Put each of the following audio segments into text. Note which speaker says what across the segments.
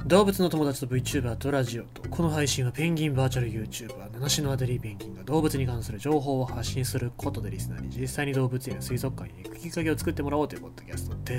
Speaker 1: 動物の友達と VTuber とラジオと、この配信はペンギンバーチャル YouTuber 七種のアデリーペンギンが動物に関する情報を発信することでリスナーに実際に動物園や水族館に行くきっかけを作ってもらおうというポッドキャストです。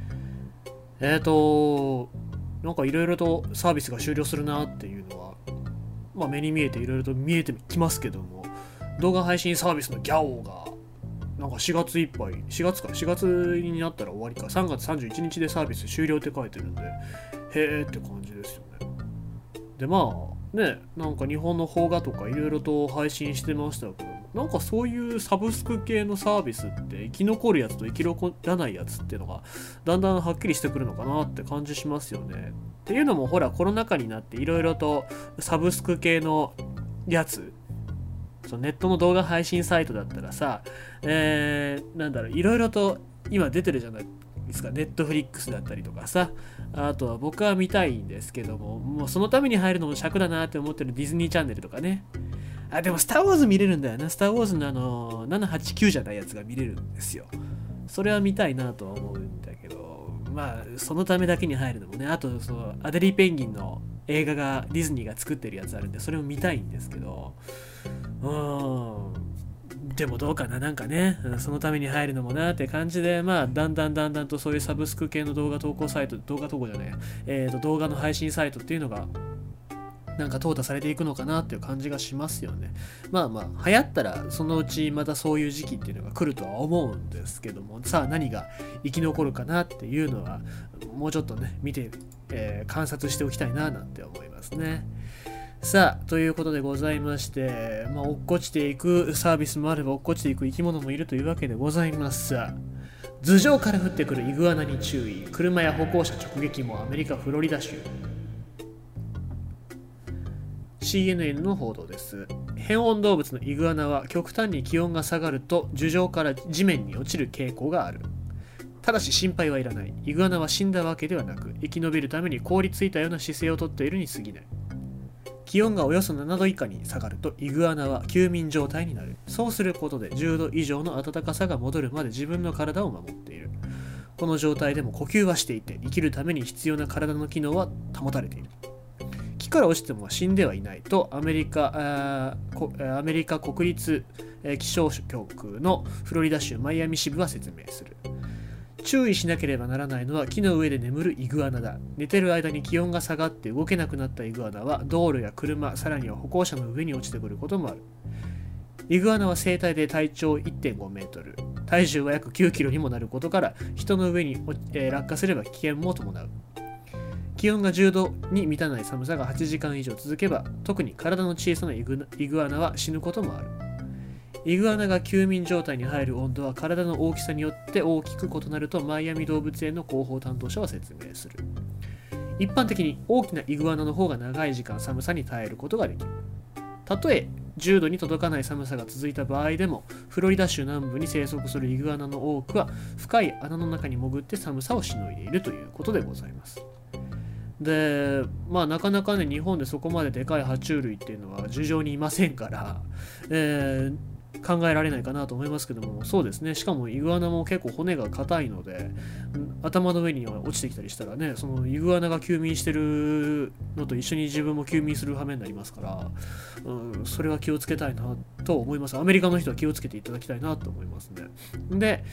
Speaker 1: なんかいろいろとサービスが終了するなっていうのは、目に見えていろいろと見えてきますけども、動画配信サービスのギャオがなんか4月いっぱい、4月になったら終わりか、3月31日でサービス終了って書いてるんで、へーって感じですよね。でなんか日本の邦画とかいろいろと配信してましたけど、なんかそういうサブスク系のサービスって生き残るやつと生き残らないやつっていうのがだんだんはっきりしてくるのかなって感じしますよね。っていうのもほら、コロナ禍になっていろいろとサブスク系のやつ、ネットの動画配信サイトだったらさ、いろいろと今出てるじゃないですか。ネットフリックスだったりとかさ、あとは僕は見たいんですけどもうそのために入るのも尺だなって思ってるディズニーチャンネルとかね。でもスター・ウォーズ見れるんだよな。スター・ウォーズの789じゃないやつが見れるんですよ。それは見たいなとは思うんだけど、そのためだけに入るのもね。あとアデリーペンギンの映画がディズニーが作ってるやつあるんで、それも見たいんですけど、でもどうかな、なんかね、そのために入るのもなって感じで、だんだんとそういうサブスク系の動画投稿サイト、動画の配信サイトっていうのがなんか淘汰されていくのかなっていう感じがしますよね。流行ったらそのうちまたそういう時期っていうのが来るとは思うんですけども、さあ何が生き残るかなっていうのはもうちょっとね見て、観察しておきたいななんて思いますね。さあということでございまして、落っこちていくサービスもあれば落っこちていく生き物もいるというわけでございます。頭上から降ってくるイグアナに注意、車や歩行者直撃もアメリカ・フロリダ州。CNN の報道です。変温動物のイグアナは極端に気温が下がると頭上から地面に落ちる傾向がある。ただし心配はいらない。イグアナは死んだわけではなく、生き延びるために凍りついたような姿勢をとっているに過ぎない。気温がおよそ7度以下に下がるとイグアナは休眠状態になる。そうすることで10度以上の暖かさが戻るまで自分の体を守っている。この状態でも呼吸はしていて、生きるために必要な体の機能は保たれている。木から落ちても死んではいないとアメリカ国立気象局のフロリダ州マイアミ支部は説明する。注意しなければならないのは木の上で眠るイグアナだ。寝てる間に気温が下がって動けなくなったイグアナは道路や車、さらには歩行者の上に落ちてくることもある。イグアナは生体で体長 1.5 メートル、体重は約9キロにもなることから人の上に落下すれば危険も伴う。気温が10度に満たない寒さが8時間以上続けば、特に体の小さなイグアナは死ぬこともある。イグアナが休眠状態に入る温度は体の大きさによって大きく異なるとマイアミ動物園の広報担当者は説明する。一般的に大きなイグアナの方が長い時間寒さに耐えることができる。たとえ10度に届かない寒さが続いた場合でも、フロリダ州南部に生息するイグアナの多くは深い穴の中に潜って寒さをしのいでいるということでございます。で、なかなかね、日本でそこまででかい爬虫類っていうのは樹上にいませんから、考えられないかなと思いますけども、そうですね。しかもイグアナも結構骨が硬いので、頭の上に落ちてきたりしたらね、そのイグアナが休眠してるのと一緒に自分も休眠する羽目になりますから、それは気をつけたいなと思います。アメリカの人は気をつけていただきたいなと思いますね。で、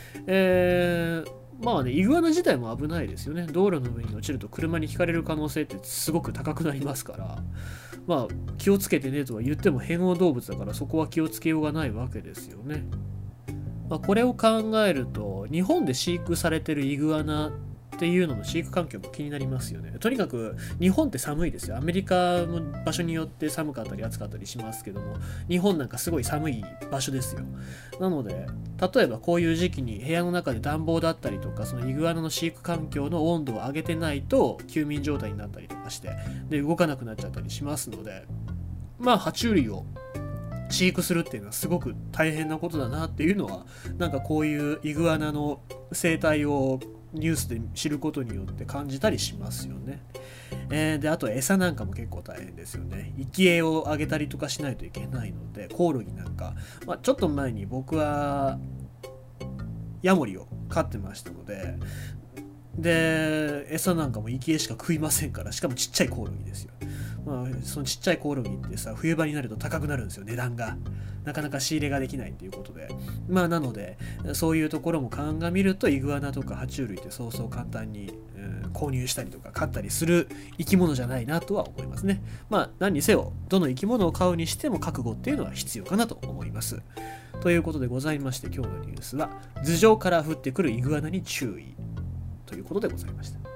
Speaker 1: イグアナ自体も危ないですよね。道路の上に落ちると車にひかれる可能性ってすごく高くなりますから、気をつけてねとは言っても変温動物だから、そこは気をつけようがないわけですよね。これを考えると、日本で飼育されてるイグアナっていうのの飼育環境も気になりますよね。とにかく日本って寒いですよ。アメリカの場所によって寒かったり暑かったりしますけども、日本なんかすごい寒い場所ですよ。なので、例えばこういう時期に部屋の中で暖房だったりとか、そのイグアナの飼育環境の温度を上げてないと休眠状態になったりとかして、で動かなくなっちゃったりしますので、爬虫類を飼育するっていうのはすごく大変なことだなっていうのは、なんかこういうイグアナの生態をニュースで知ることによって感じたりしますよね。で、あと餌なんかも結構大変ですよね。生き餌をあげたりとかしないといけないので、コオロギなんか、ちょっと前に僕はヤモリを飼ってましたので、 で、餌なんかも生き餌しか食いませんから、しかもちっちゃいコオロギですよ。まあ、そのちっちゃいコオロギってさ、冬場になると高くなるんですよ、値段が。なかなか仕入れができないっていうことで。まあ、なので、そういうところも鑑みると、イグアナとか爬虫類ってそうそう簡単に、購入したりとか飼ったりする生き物じゃないなとは思いますね。まあ、何にせよ、どの生き物を飼うにしても覚悟っていうのは必要かなと思います。ということでございまして、今日のニュースは、頭上から降ってくるイグアナに注意ということでございました。